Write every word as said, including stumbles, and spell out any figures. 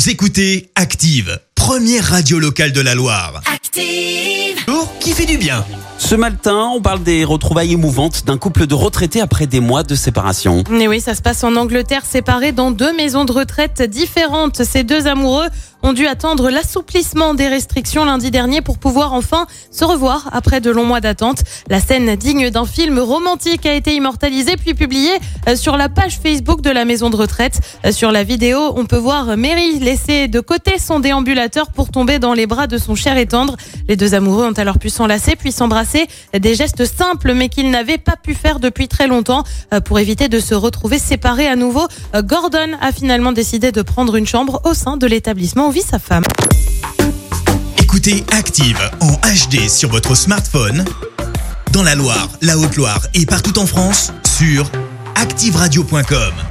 Vous écoutez Active, première radio locale de la Loire. Active! Oh, qui fait du bien. Ce matin, on parle des retrouvailles émouvantes d'un couple de retraités après des mois de séparation. Et oui, ça se passe en Angleterre, séparés dans deux maisons de retraite différentes. Ces deux amoureux ont dû attendre l'assouplissement des restrictions lundi dernier pour pouvoir enfin se revoir après de longs mois d'attente. La scène digne d'un film romantique a été immortalisée puis publiée sur la page Facebook de la maison de retraite. Sur la vidéo, on peut voir Mary laisser de côté son déambulateur pour tomber dans les bras de son cher et tendre. Les deux amoureux ont alors pu s'enlacer puis s'embrasser. Des gestes simples mais qu'ils n'avaient pas pu faire depuis très longtemps. Pour éviter de se retrouver séparés à nouveau, Gordon a finalement décidé de prendre une chambre au sein de l'établissement où vit sa femme. Écoutez Active en H D sur votre smartphone, dans la Loire, la Haute-Loire et partout en France, sur active radio point com.